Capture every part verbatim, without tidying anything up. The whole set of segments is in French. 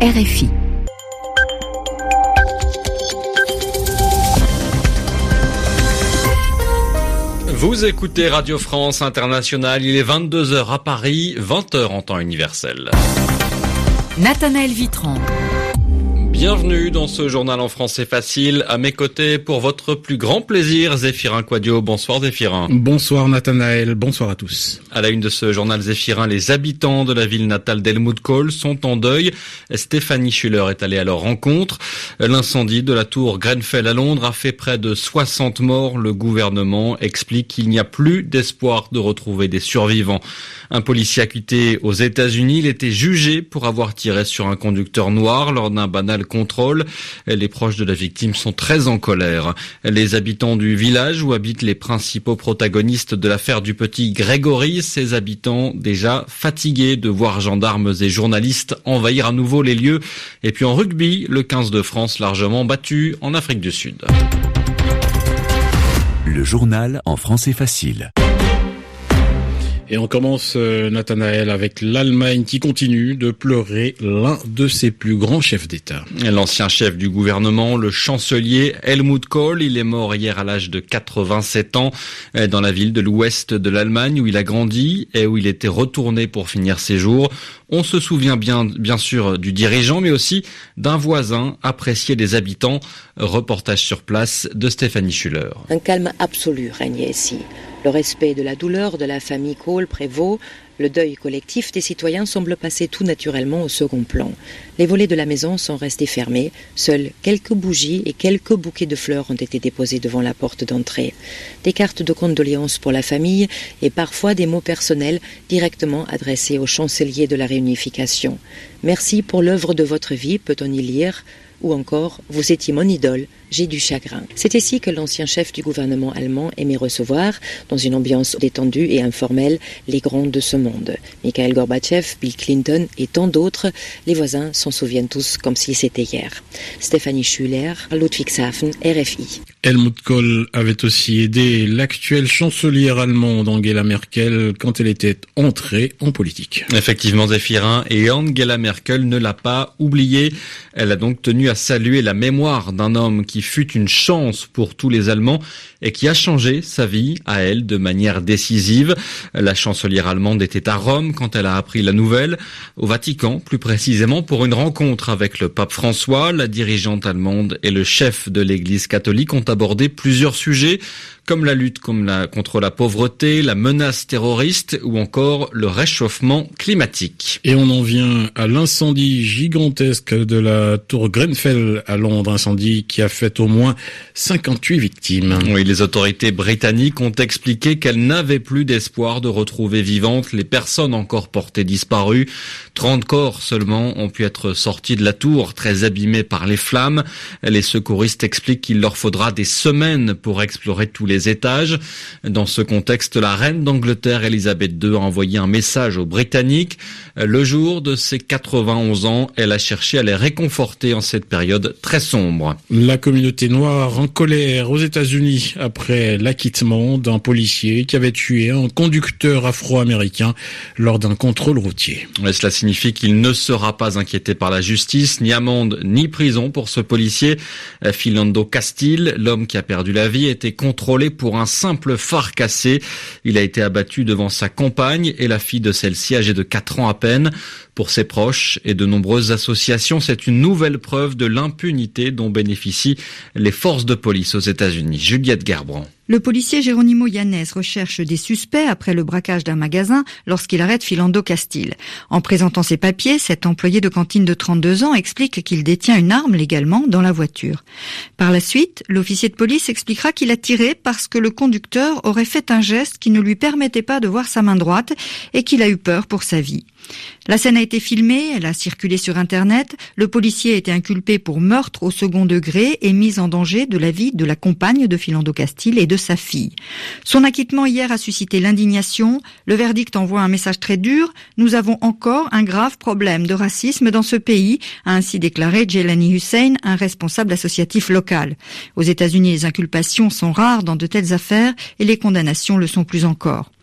R F I. Vous écoutez Radio France Internationale, il est vingt-deux heures à Paris, vingt heures en temps universel. Nathanaël Vitran. Bienvenue dans ce journal en français facile. À mes côtés, pour votre plus grand plaisir, Zéphirin Quadio. Bonsoir Zéphirin. Bonsoir Nathanaël, bonsoir à tous. À la une de ce journal Zéphirin, les habitants de la ville natale d'Helmut Kohl sont en deuil. Stéphanie Schuller est allée à leur rencontre. L'incendie de la tour Grenfell à Londres a fait près de soixante morts. Le gouvernement explique qu'il n'y a plus d'espoir de retrouver des survivants. Un policier acquitté aux États-Unis, il était jugé pour avoir tiré sur un conducteur noir lors d'un banal contrôle. Les proches de la victime sont très en colère. Les habitants du village où habitent les principaux protagonistes de l'affaire du petit Grégory, ces habitants déjà fatigués de voir gendarmes et journalistes envahir à nouveau les lieux. Et puis en rugby, le quinze de France largement battu en Afrique du Sud. Le journal en français facile. Et on commence, euh, Nathanaël, avec l'Allemagne qui continue de pleurer l'un de ses plus grands chefs d'État. L'ancien chef du gouvernement, le chancelier Helmut Kohl, il est mort hier à l'âge de quatre-vingt-sept ans dans la ville de l'ouest de l'Allemagne où il a grandi et où il était retourné pour finir ses jours. On se souvient bien, bien sûr du dirigeant, mais aussi d'un voisin apprécié des habitants. Reportage sur place de Stéphanie Schuller. Un calme absolu régnait ici. Le respect de la douleur de la famille Kohl prévaut. Le deuil collectif des citoyens semble passer tout naturellement au second plan. Les volets de la maison sont restés fermés. Seules quelques bougies et quelques bouquets de fleurs ont été déposés devant la porte d'entrée. Des cartes de condoléances pour la famille et parfois des mots personnels directement adressés au chancelier de la réunification. Merci pour l'œuvre de votre vie, peut-on y lire ? Ou encore, vous étiez mon idole, j'ai du chagrin. C'est ici que l'ancien chef du gouvernement allemand aimait recevoir, dans une ambiance détendue et informelle, les grands de ce monde. Mikhail Gorbatchev, Bill Clinton et tant d'autres, les voisins s'en souviennent tous comme si c'était hier. Stéphanie Schuller, Ludwigshafen, R F I. Helmut Kohl avait aussi aidé l'actuelle chancelière allemande Angela Merkel quand elle était entrée en politique. Effectivement, Zéphirin, et Angela Merkel ne l'a pas oublié. Elle a donc tenu à saluer la mémoire d'un homme qui fut une chance pour tous les Allemands et qui a changé sa vie à elle de manière décisive. La chancelière allemande était à Rome quand elle a appris la nouvelle, au Vatican plus précisément pour une rencontre avec le pape François. La dirigeante allemande et le chef de l'église catholique ont abordé plusieurs sujets comme la lutte contre la pauvreté, la menace terroriste ou encore le réchauffement climatique. Et on en vient à l'incendie gigantesque de la tour Grenfell à Londres, incendie qui a fait au moins cinquante-huit victimes. Oui, les autorités britanniques ont expliqué qu'elles n'avaient plus d'espoir de retrouver vivantes les personnes encore portées disparues. trente corps seulement ont pu être sortis de la tour, très abîmés par les flammes. Les secouristes expliquent qu'il leur faudra des semaines pour explorer tous les étages. Dans ce contexte, la reine d'Angleterre, Elisabeth deux, a envoyé un message aux Britanniques. Le jour de ses quatre-vingt-onze ans, elle a cherché à les réconforter en cette période très sombre. La communauté noire en colère aux États-Unis après l'acquittement d'un policier qui avait tué un conducteur afro-américain lors d'un contrôle routier. Et cela signifie qu'il ne sera pas inquiété par la justice, ni amende, ni prison pour ce policier. Philando Castile, l'homme qui a perdu la vie, a été contrôlé pour un simple phare cassé. Il a été abattu devant sa compagne et la fille de celle-ci, âgée de quatre ans à peine. Pour ses proches et de nombreuses associations, c'est une nouvelle preuve de l'impunité dont bénéficient les forces de police aux États-Unis. Juliette Gerbrand. Le policier Geronimo Yanez recherche des suspects après le braquage d'un magasin lorsqu'il arrête Philando Castile. En présentant ses papiers, cet employé de cantine de trente-deux ans explique qu'il détient une arme légalement dans la voiture. Par la suite, l'officier de police expliquera qu'il a tiré parce que le conducteur aurait fait un geste qui ne lui permettait pas de voir sa main droite et qu'il a eu peur pour sa vie. La scène a été filmée, elle a circulé sur Internet. Le policier a été inculpé pour meurtre au second degré et mise en danger de la vie de la compagne de Philando Castile et de sa fille. Son acquittement hier a suscité l'indignation. Le verdict envoie un message très dur. Nous avons encore un grave problème de racisme dans ce pays, a ainsi déclaré Jelani Hussein, un responsable associatif local. Aux États-Unis, les inculpations sont rares dans de telles affaires et les condamnations le sont plus encore.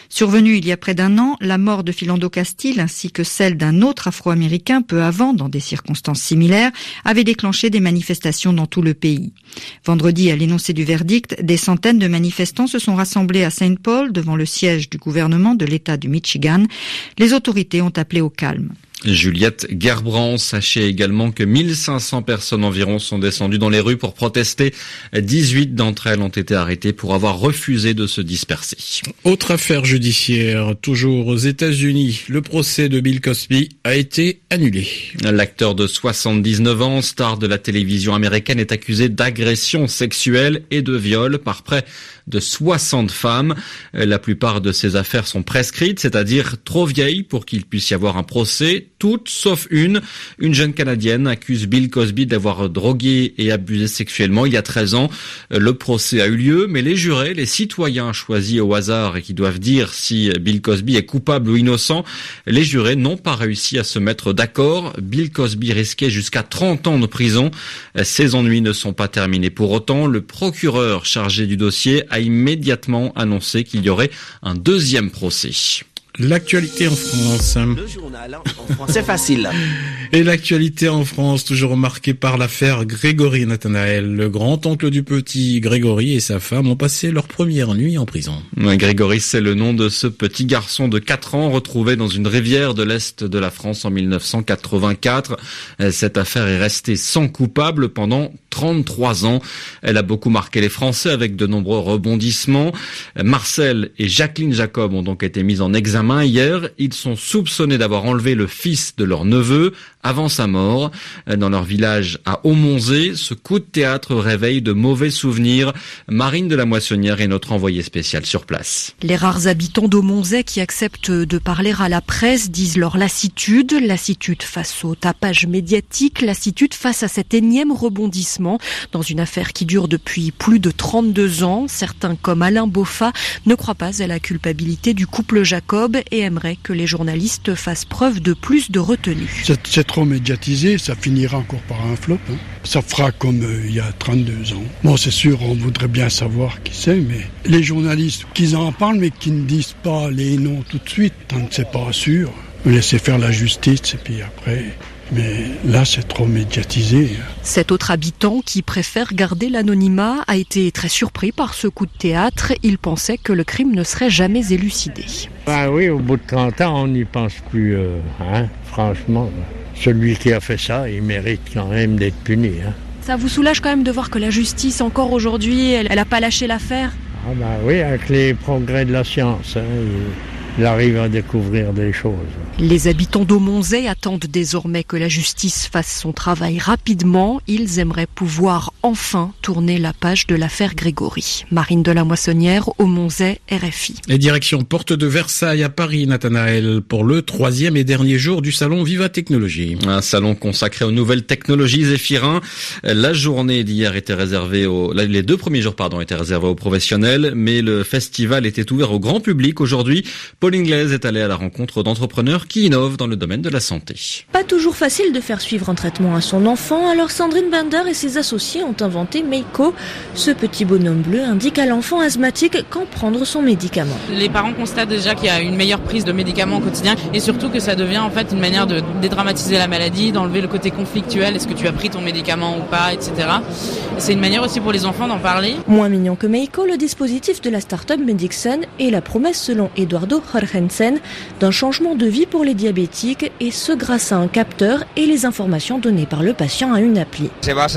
Survenue il y a près d'un an, la mort de Philando Castile ainsi que celle d'un autre Afro-Américain peu avant, dans des circonstances similaires, avait déclenché des manifestations dans tout le pays. Vendredi, à l'énoncé du verdict, des centaines de manifestants se sont rassemblés à Saint Paul devant le siège du gouvernement de l'État du Michigan. Les autorités ont appelé au calme. Juliette Gerbrand, sachez également que mille cinq cents personnes environ sont descendues dans les rues pour protester. dix-huit d'entre elles ont été arrêtées pour avoir refusé de se disperser. Autre affaire judiciaire, toujours aux États-Unis, le procès de Bill Cosby a été annulé. L'acteur de soixante-dix-neuf ans, star de la télévision américaine, est accusé d'agression sexuelle et de viol par près de soixante femmes. La plupart de ces affaires sont prescrites, c'est-à-dire trop vieilles pour qu'il puisse y avoir un procès. Toutes, sauf une. Une jeune Canadienne accuse Bill Cosby d'avoir drogué et abusé sexuellement il y a treize ans. Le procès a eu lieu, mais les jurés, les citoyens choisis au hasard et qui doivent dire si Bill Cosby est coupable ou innocent, les jurés n'ont pas réussi à se mettre d'accord. Bill Cosby risquait jusqu'à trente ans de prison. Ses ennuis ne sont pas terminés pour autant. Le procureur chargé du dossier a immédiatement annoncé qu'il y aurait un deuxième procès. L'actualité en France. Le journal en français facile. Et l'actualité en France, toujours marquée par l'affaire Grégory Nathanaël. Le grand-oncle du petit Grégory et sa femme ont passé leur première nuit en prison. Ouais, Grégory, c'est le nom de ce petit garçon de quatre ans retrouvé dans une rivière de l'Est de la France en mille neuf cent quatre-vingt-quatre. Cette affaire est restée sans coupable pendant trente-trois ans. Elle a beaucoup marqué les Français avec de nombreux rebondissements. Marcel et Jacqueline Jacob ont donc été mis en examen hier. Ils sont soupçonnés d'avoir enlevé le fils de leur neveu avant sa mort. Dans leur village à Aumonzé, ce coup de théâtre réveille de mauvais souvenirs. Marine de la Moissonnière est notre envoyée spéciale sur place. Les rares habitants d'Aumonzé qui acceptent de parler à la presse disent leur lassitude. Lassitude face au tapage médiatique, lassitude face à cet énième rebondissement dans une affaire qui dure depuis plus de trente-deux ans. Certains, comme Alain Boffa, ne croient pas à la culpabilité du couple Jacob et aimeraient que les journalistes fassent preuve de plus de retenue. C'est, c'est trop médiatisé, ça finira encore par un flop. Hein. Ça fera comme euh, il y a trente-deux ans. Bon, c'est sûr, on voudrait bien savoir qui c'est, mais les journalistes qui en parlent, mais qui ne disent pas les noms tout de suite, tant que c'est pas sûr. Laissez faire la justice et puis après... Mais là, c'est trop médiatisé. Cet autre habitant qui préfère garder l'anonymat a été très surpris par ce coup de théâtre. Il pensait que le crime ne serait jamais élucidé. Ah oui, au bout de trente ans, on n'y pense plus. Euh, hein, franchement, celui qui a fait ça, il mérite quand même d'être puni. Hein. Ça vous soulage quand même de voir que la justice, encore aujourd'hui, elle n'a pas lâché l'affaire? Ah bah oui, avec les progrès de la science, hein, il, il arrive à découvrir des choses. Les habitants d'Aumonzé attendent désormais que la justice fasse son travail rapidement. Ils aimeraient pouvoir enfin tourner la page de l'affaire Grégory. Marine de la Moissonnière, Aumonzé, R F I. Et direction Porte de Versailles à Paris, Nathanaël, pour le troisième et dernier jour du salon Viva Technologie. Un salon consacré aux nouvelles technologies, Zéphirin. La journée d'hier était réservée aux, les deux premiers jours, pardon, étaient réservés aux professionnels, mais le festival était ouvert au grand public aujourd'hui. Paul Ingles est allé à la rencontre d'entrepreneurs qui innove dans le domaine de la santé. Pas toujours facile de faire suivre un traitement à son enfant, alors Sandrine Bender et ses associés ont inventé Meiko. Ce petit bonhomme bleu indique à l'enfant asthmatique quand prendre son médicament. Les parents constatent déjà qu'il y a une meilleure prise de médicaments au quotidien et surtout que ça devient en fait une manière de dédramatiser la maladie, d'enlever le côté conflictuel, est-ce que tu as pris ton médicament ou pas, et cetera. C'est une manière aussi pour les enfants d'en parler. Moins mignon que Meiko, le dispositif de la start-up Medixen est la promesse selon Eduardo Jorgensen d'un changement de vie pour les diabétiques et ce grâce à un capteur et les informations données par le patient à une appli. Cela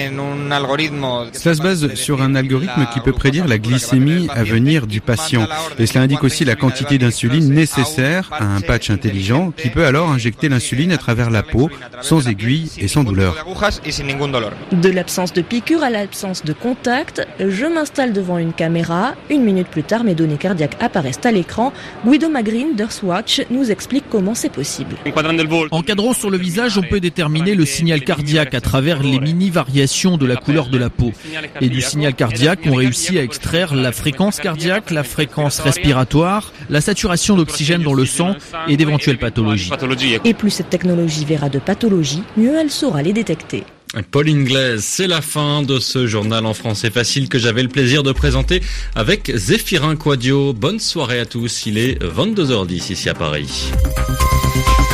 se base sur un algorithme qui peut prédire la glycémie à venir du patient et cela indique aussi la quantité d'insuline nécessaire à un patch intelligent qui peut alors injecter l'insuline à travers la peau sans aiguille et sans douleur. De l'absence de piqûre à l'absence de contact, je m'installe devant une caméra. Une minute plus tard, mes données cardiaques apparaissent à l'écran. Guido Magrin d'Earthwatch nous explique comment c'est possible. Encadrant sur le visage, on peut déterminer le signal cardiaque à travers les mini-variations de la couleur de la peau. Et du signal cardiaque, on réussit à extraire la fréquence cardiaque, la fréquence respiratoire, la saturation d'oxygène dans le sang et d'éventuelles pathologies. Et plus cette technologie verra de pathologies, mieux elle saura les détecter. Paul Ingles, c'est la fin de ce journal en français facile que j'avais le plaisir de présenter avec Zéphirin Quadio. Bonne soirée à tous, il est vingt-deux heures dix ici à Paris.